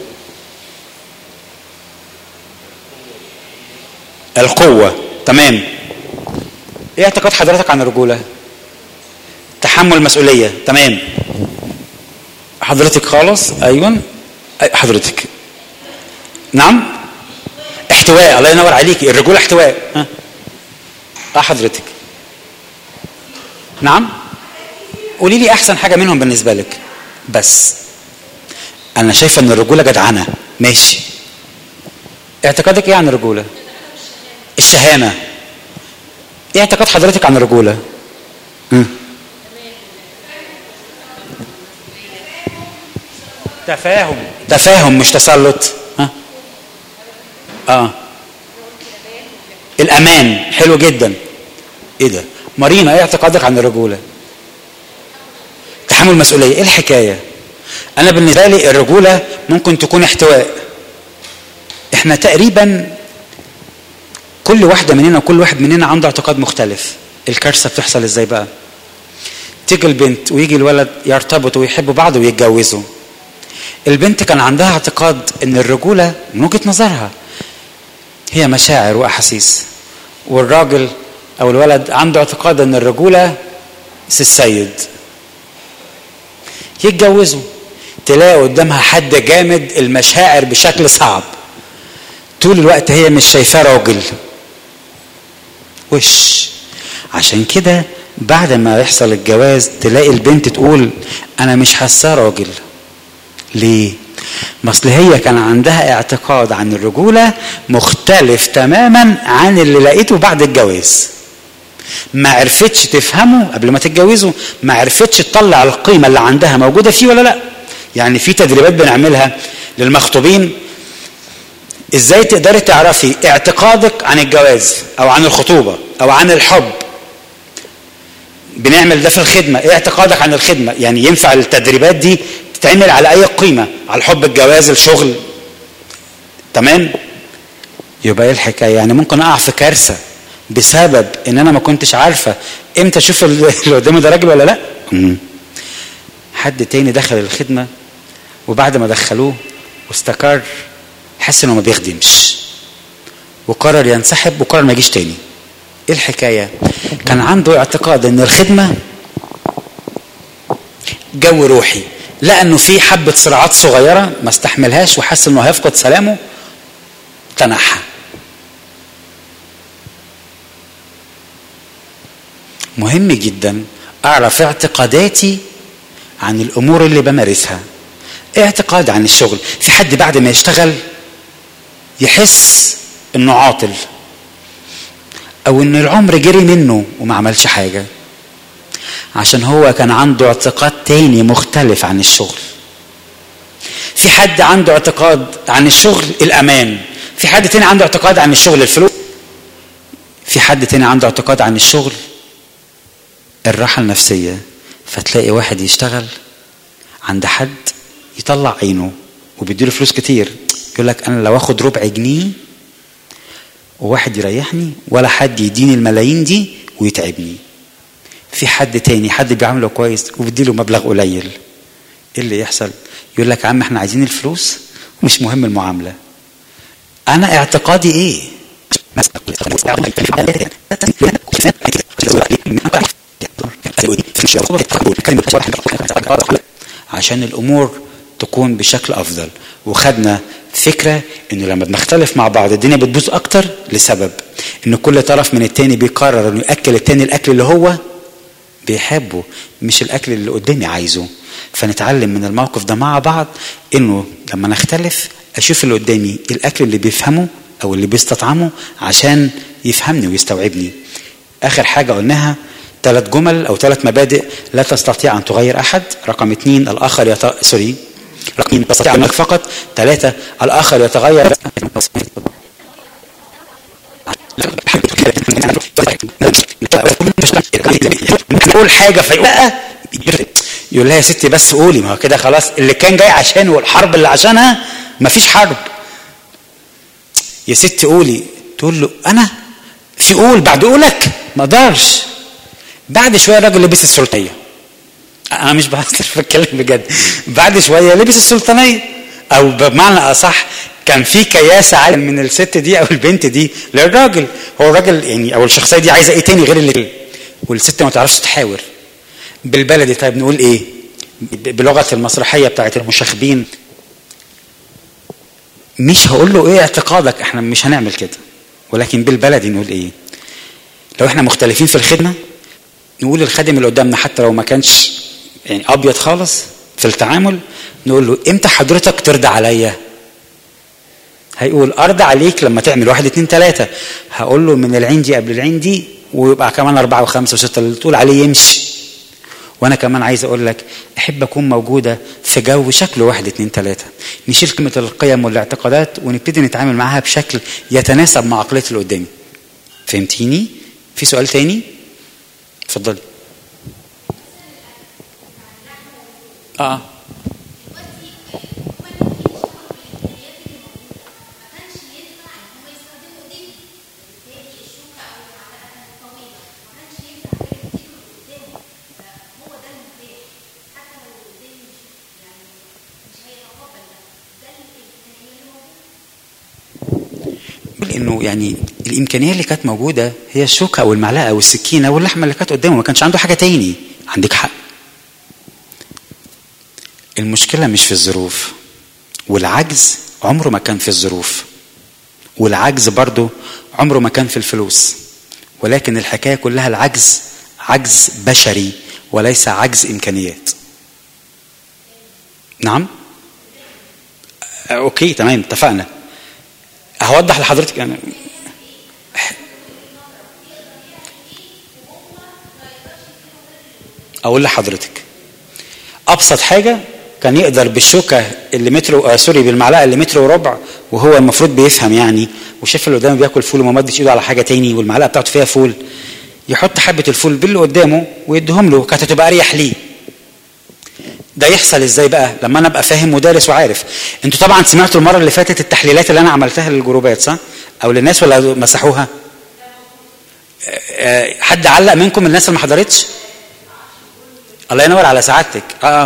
القوة، تمام. ايه اعتقاد حضرتك عن الرجولة؟ تحمل مسؤولية، تمام. حضرتك خالص، ايوه حضرتك. نعم؟ احتواء، الله ينور عليكي. الرجولة احتواء. ها؟ اه حضرتك. نعم؟ قولي لي احسن حاجة منهم بالنسبة لك. بس انا شايفة ان الرجولة جدعنة، ماشي. اعتقادك ايه عن الرجولة؟ الشهامة. ايه اعتقاد حضرتك عن الرجولة؟ م? تفاهم. تفاهم مش تسلط. ها؟ اه الامان، حلو جدا. ايه ده؟ مارينا ايه اعتقادك عن الرجولة؟ تحمل مسؤولية. ايه الحكاية؟ انا بالنسبة لي الرجولة ممكن تكون احتواء. احنا تقريبا كل واحدة مننا وكل واحد مننا عنده اعتقاد مختلف. الكارثة بتحصل ازاي بقى؟ تيجي البنت ويجي الولد يرتبطوا ويحبوا بعض ويتجوزوا. البنت كان عندها اعتقاد ان الرجولة من وجهة نظرها هي مشاعر واحاسيس، والراجل او الولد عنده اعتقاد ان الرجولة السيد. يتجوزوا تلاقي قدامها حد جامد المشاعر بشكل صعب، طول الوقت هي مش شايفاه راجل وش. عشان كده بعد ما يحصل الجواز تلاقي البنت تقول انا مش حاساه راجل. ليه؟ مثل هي كان عندها اعتقاد عن الرجولة مختلف تماما عن اللي لقيته بعد الجواز. ما عرفتش تفهمه قبل ما تتجوزوا، ما عرفتش تطلع القيمة اللي عندها موجودة فيه ولا لا. يعني في تدريبات بنعملها للمخطوبين، ازاي تقدري تعرفي اعتقادك عن الجواز او عن الخطوبة او عن الحب بنعمل ده في الخدمه. ايه اعتقادك عن الخدمه؟ يعني ينفع التدريبات دي تتعمل على اي قيمه؟ على الحب، الجواز، الشغل؟ تمام. يبقى ايه الحكايه؟ يعني ممكن اقع في كارثه بسبب ان انا ما كنتش عارفه امتى اشوف اللي قدامي ده راجل ولا لا. مم. حد تاني دخل الخدمه وبعد ما دخلوه واستقر حس انه ما بيخدمش وقرر ينسحب وقرر ما يجيش تاني. ايه الحكايه؟ كان عنده اعتقاد ان الخدمه جو روحي، لانه في حبه صراعات صغيره ما استحملهاش وحس انه هيفقد سلامه، تنحى. مهم جدا اعرف اعتقاداتي عن الامور اللي بمارسها. اعتقاد عن الشغل، في حد بعد ما يشتغل يحس انه عاطل او ان العمر جري منه وما عملش حاجة عشان هو كان عنده اعتقاد تاني مختلف عن الشغل. في حد عنده اعتقاد عن الشغل الامان، في حد تاني عنده اعتقاد عن الشغل الفلوس، في حد تاني عنده اعتقاد عن الشغل الراحة النفسية. فتلاقي واحد يشتغل عند حد يطلع عينه وبيديله فلوس كتير، يقول لك انا لو اخد ربع جنيه وواحد يريحني ولا حد يديني الملايين دي ويتعبني. في حد تاني حد بيعامله كويس وبيديله مبلغ قليل، ايه اللي يحصل؟ يقول لك يا عم احنا عايزين الفلوس ومش مهم المعامله. انا اعتقادي ايه؟ عشان الامور تكون بشكل افضل. وخدنا فكره انه لما بنختلف مع بعض الدنيا بتبوظ اكتر لسبب ان كل طرف من التاني بيقرر انه ياكل التاني الاكل اللي هو بيحبه مش الاكل اللي قدامي عايزه. فنتعلم من الموقف ده مع بعض انه لما نختلف اشوف اللي قدامي الاكل اللي بيفهمه او اللي بيستطعمه عشان يفهمني ويستوعبني. اخر حاجه قلناها ثلاث جمل او ثلاث مبادئ لا تستطيع ان تغير احد. رقم اثنين الاخر يت... سوري رقم اثنين تستطيع انك فقط. ثلاثه الاخر يتغير. تقول حاجه فيقول يقول لها يا ستي بس قولي، ما هو كده خلاص اللي كان جاي عشانه والحرب اللي عشانها مفيش حرب. يا ستي قولي، تقول له انا في قول بعد قولك ما اقدرش. بعد شويه الراجل لبس السلطانيه، انا مش بهزر بتكلم بجد، بعد شويه لبس السلطانيه او بمعنى اصح كان في كياسه عاليه من الست دي او البنت دي للراجل. هو الراجل يعني او الشخصيه دي عايزه ايه تاني غير اللي، والست ما تعرفش تحاور. بالبلدي طيب نقول ايه بلغه المسرحيه بتاعت المشاغبين؟ مش هقول له ايه اعتقادك، احنا مش هنعمل كده، ولكن بالبلدي نقول ايه؟ لو احنا مختلفين في الخدمه نقول للخادم اللي قدامنا حتى لو ما كانش يعني ابيض خالص في التعامل، نقول له امتى حضرتك ترضى عليا؟ هيقول ارضى عليك لما تعمل واحد اتنين تلاته. هقول له من العين دي قبل العين دي ويبقى كمان اربعه وخمسه وسته اللي تقول عليه يمشي. وانا كمان عايز اقول لك احب اكون موجوده في جو شكله واحد اتنين تلاته. نشيل كلمه القيم والاعتقادات ونبتدي نتعامل معاها بشكل يتناسب مع عقليه اللي قدامي. فهمتيني؟ في سؤال تاني؟ اتفضلي. اه انه يعني الامكانيه اللي كانت موجوده هي الشوكه او المعلقه او السكينه واللحمه اللي كانت قدامه، ما كانش عنده حاجه تاني. عندك حق. المشكله مش في الظروف، والعجز عمره ما كان في الظروف، والعجز برضه عمره ما كان في الفلوس، ولكن الحكايه كلها العجز عجز بشري وليس عجز امكانيات. نعم اوكي تمام اتفقنا. هوضح لحضرتك يعني اقول لحضرتك ابسط حاجه كان يقدر بالشوكه اللي متر آه سوري بالمعلقه اللي متر وربع وهو المفروض بيفهم يعني، وشاف اللي قدامه بياكل فول وما مدش ايده على حاجه تاني والمعلقه بتاعته فيها فول، يحط حبه الفول باللي قدامه ويديهم له، كانت هتبقى اريح ليه. ده يحصل ازاي بقى؟ لما انا ابقى فاهم ودارس وعارف. انتوا طبعا سمعتوا المره اللي فاتت التحليلات اللي انا عملتها للجروبات صح؟ او للناس ولا مسحوها؟ حد علق منكم الناس اللي ما حضرتش؟ الله ينور على سعادتك. اه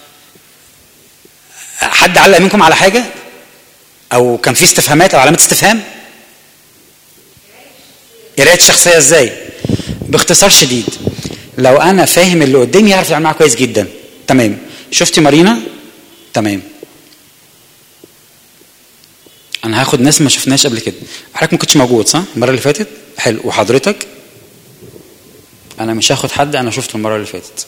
حد علق منكم على حاجه؟ او كان في استفهامات او علامات استفهام؟ قرايه الشخصيه ازاي؟ باختصار شديد، لو انا فاهم اللي قدامي يعرف يتعامل معاه كويس جدا. تمام. شفتي مارينا؟ تمام. انا هاخد ناس ما شفناش قبل كده. حضرتك ما كنتش موجود صح المره اللي فاتت؟ حلو. وحضرتك؟ انا مش هاخد حد انا شفته المره اللي فاتت.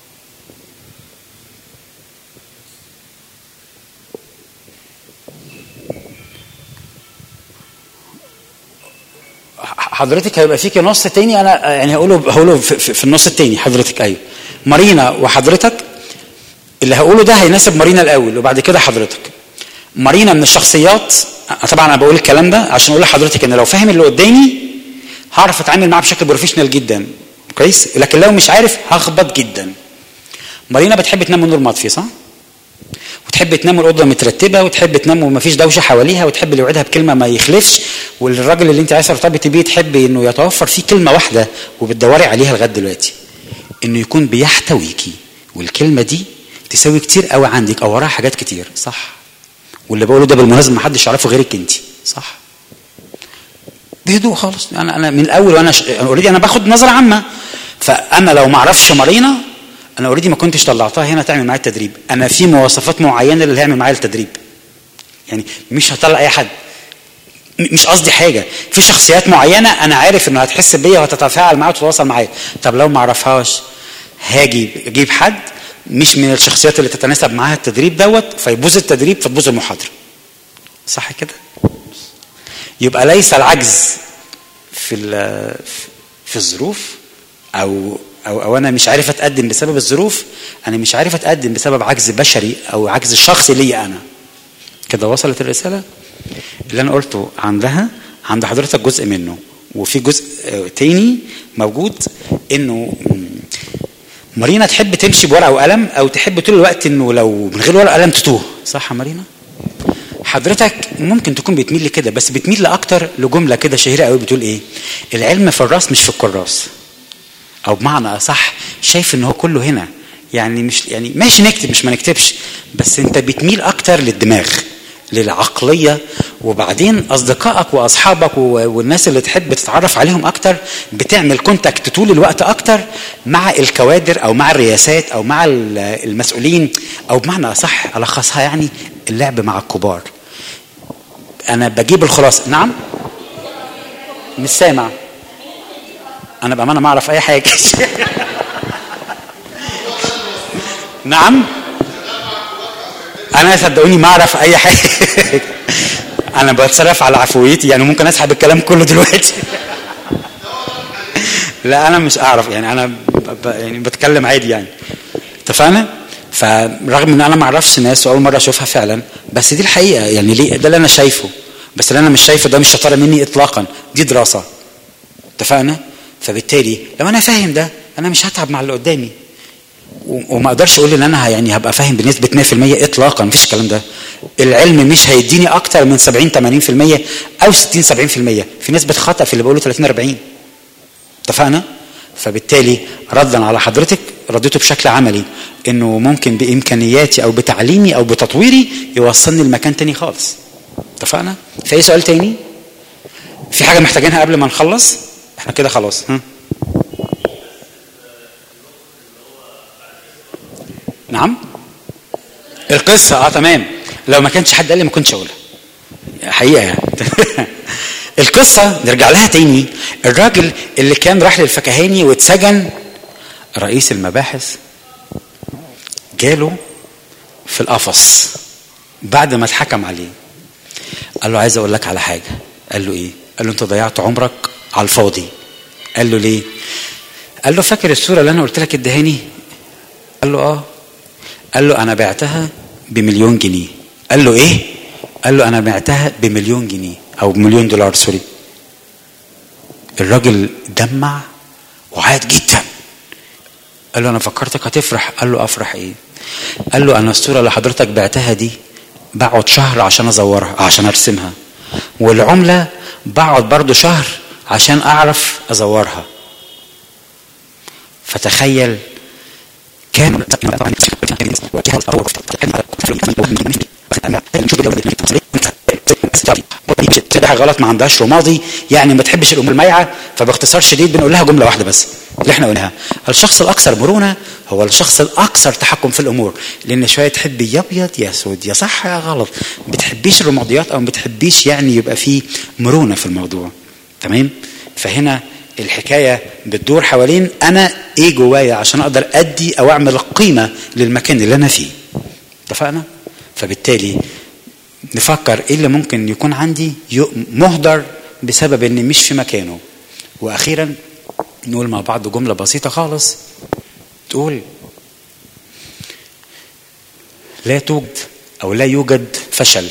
حضرتك هيبقى فيكي نص تاني، انا يعني هقوله هقوله في, في, في النص التاني. حضرتك ايوه. مارينا وحضرتك اللي هقوله ده هيناسب مارينا الاول وبعد كده حضرتك. مارينا من الشخصيات، طبعا انا بقول الكلام ده عشان اقول لحضرتك ان لو فاهم اللي قدامي هعرف اتعامل معاه بشكل بروفيشنال جدا كويس، لكن لو مش عارف هخبط جدا. مارينا بتحب تنام من نور مطفي صح؟ وتحب تنام الاوضه مترتبه، وتحب تنام ومفيش دوشه حواليها، وتحب اللي يوعدها بكلمه ما يخلفش، والراجل اللي انت عايزه ترتبطي بيه تحب انه يتوفر فيه كلمه واحده وبتدوري عليها لغايه دلوقتي، انه يكون بيحتويكي، والكلمه دي تساوي كتير قوي عندك او وراها حاجات كتير صح؟ واللي بقوله ده بالمناسبه ما حدش يعرفه غيرك انت صح؟ بهدوء خالص. انا انا من الاول وانا اوريدي انا باخد نظره عامه، فانا لو ما اعرفش مارينا انا اوريدي ما كنتش طلعتها هنا تعمل معايا التدريب. انا في مواصفات معينه اللي هيعمل معايا التدريب، يعني مش هطلع اي حد، مش قصدي حاجه، في شخصيات معينه انا عارف انها هتحس بيا وهتتفاعل معايا وتتواصل معايا. طب لو ما اعرفهاش هاجي اجيب حد مش من الشخصيات اللي تتناسب معاها التدريب دوت، فيبوظ التدريب فتبوظ المحاضره صح كده؟ يبقى ليس العجز في في الظروف او او او انا مش عارف اتقدم بسبب الظروف، انا مش عارف اتقدم بسبب عجز بشري او عجز شخصي لي انا. كده وصلت الرساله؟ اللي انا قلته عندها عند حضرتك جزء منه، وفي جزء تاني موجود انه مارينا تحب تمشي بورقه وقلم او تحب طول الوقت انه لو من غير ورقه وقلم تتوه صح يا مارينا؟ حضرتك ممكن تكون بتميل لكده، بس بتميل لاكتر لجمله كده شهيره قوي بتقول ايه؟ العلم في الراس مش في الكراس، او بمعنى اصح شايف ان هو كله هنا، يعني مش يعني ماشي نكتب مش ما نكتبش، بس انت بتميل اكتر للدماغ للعقليه، وبعدين اصدقائك واصحابك والناس اللي تحب تتعرف عليهم اكتر بتعمل كونتاكت طول الوقت اكتر مع الكوادر او مع الرئاسات او مع المسؤولين، او بمعنى اصح الخصها يعني اللعب مع الكبار. انا بجيب الخلاصه. نعم مش سامع. انا بامانه ما اعرف اي حاجه. نعم انا صدقوني ما اعرف اي حاجه. انا بتصرف على عفويتي، يعني ممكن اسحب الكلام كله دلوقتي. لا انا مش اعرف، يعني انا ب... يعني بتكلم عادي يعني. اتفقنا؟ فرغم ان انا ما اعرفش ناس واول مره اشوفها فعلا، بس دي الحقيقه يعني ليه ده اللي انا شايفه، بس اللي انا مش شايفه ده مش شطاره مني اطلاقا، دي دراسه. اتفقنا؟ فبالتالي لو انا فاهم ده انا مش هتعب مع اللي قدامي، وما اقدرش اقول ان انا يعني هبقى فاهم بنسبه مية في المية اطلاقا، مفيش الكلام ده. العلم مش هيديني اكتر من سبعين ثمانين في المية او ستين سبعين في المية، في نسبه خطا في اللي بقوله ثلاثين أربعين. اتفقنا؟ فبالتالي ردا على حضرتك رديته بشكل عملي انه ممكن بامكانياتي او بتعليمي او بتطويري يوصلني لمكان تاني خالص. اتفقنا؟ في اي سؤال تاني؟ في حاجه محتاجينها قبل ما نخلص؟ احنا كده خلاص. ها نعم القصه اه تمام. لو ما كانش حد قال لي ما كنتش اقولها حقيقه يعني. القصه نرجع لها تاني. الراجل اللي كان راح للفكهاني واتسجن، رئيس المباحث جاله في القفص بعد ما اتحكم عليه، قال له عايز اقول لك على حاجه. قال له ايه؟ قال له انت ضيعت عمرك على الفاضي. قال له ليه؟ قال له فاكر الصوره اللي انا قلت لك ادهاني؟ قال له اه. قال له انا بعتها بمليون جنيه. قال له ايه؟ قال له انا بعتها بمليون جنيه او بمليون دولار سوري. الراجل دمع وعاد جدا. قال له انا فكرتك هتفرح. قال له افرح ايه؟ قال له انا الصوره اللي حضرتك بعتها دي بقعد شهر عشان ازورها عشان ارسمها، والعمله بقعد برضو شهر عشان اعرف ازورها. فتخيل كان ده غلط، ما عندهاش رمادي، يعني ما تحبش الامور المايعه. فباختصار شديد بنقول لها جمله واحده بس اللي احنا قلناها: الشخص الاكثر مرونه هو الشخص الاكثر تحكم في الامور. لان شويه تحبي يا ابيض يا اسود، يا صح يا غلط، ما بتحبيش الرماديات او ما بتحبيش يعني يبقى فيه مرونه في الموضوع. تمام؟ فهنا الحكايه بتدور حوالين انا ايه جوايا عشان اقدر ادي او اعمل قيمه للمكان اللي انا فيه. اتفقنا؟ فبالتالي نفكر ايه اللي ممكن يكون عندي مهدر بسبب اني مش في مكانه. واخيرا نقول مع بعض جمله بسيطه خالص تقول: لا توجد او لا يوجد فشل.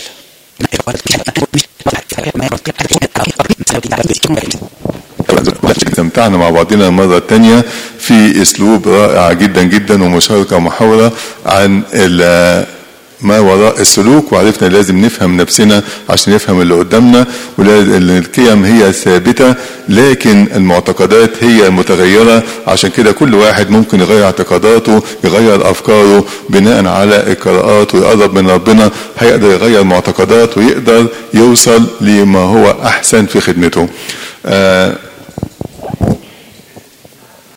استمتعنا مع بعضنا المرة الثانية في اسلوب رائع جدا جدا ومشاركة ومحاورة عن ما وراء السلوك، وعرفنا لازم نفهم نفسنا عشان نفهم اللي قدامنا، ولازم القيم هي ثابتة لكن المعتقدات هي المتغيرة. عشان كده كل واحد ممكن يغير اعتقاداته، يغير أفكاره بناء على القراءات، ويقرب من ربنا هيقدر يغير معتقدات ويقدر يوصل لما هو أحسن في خدمته. آه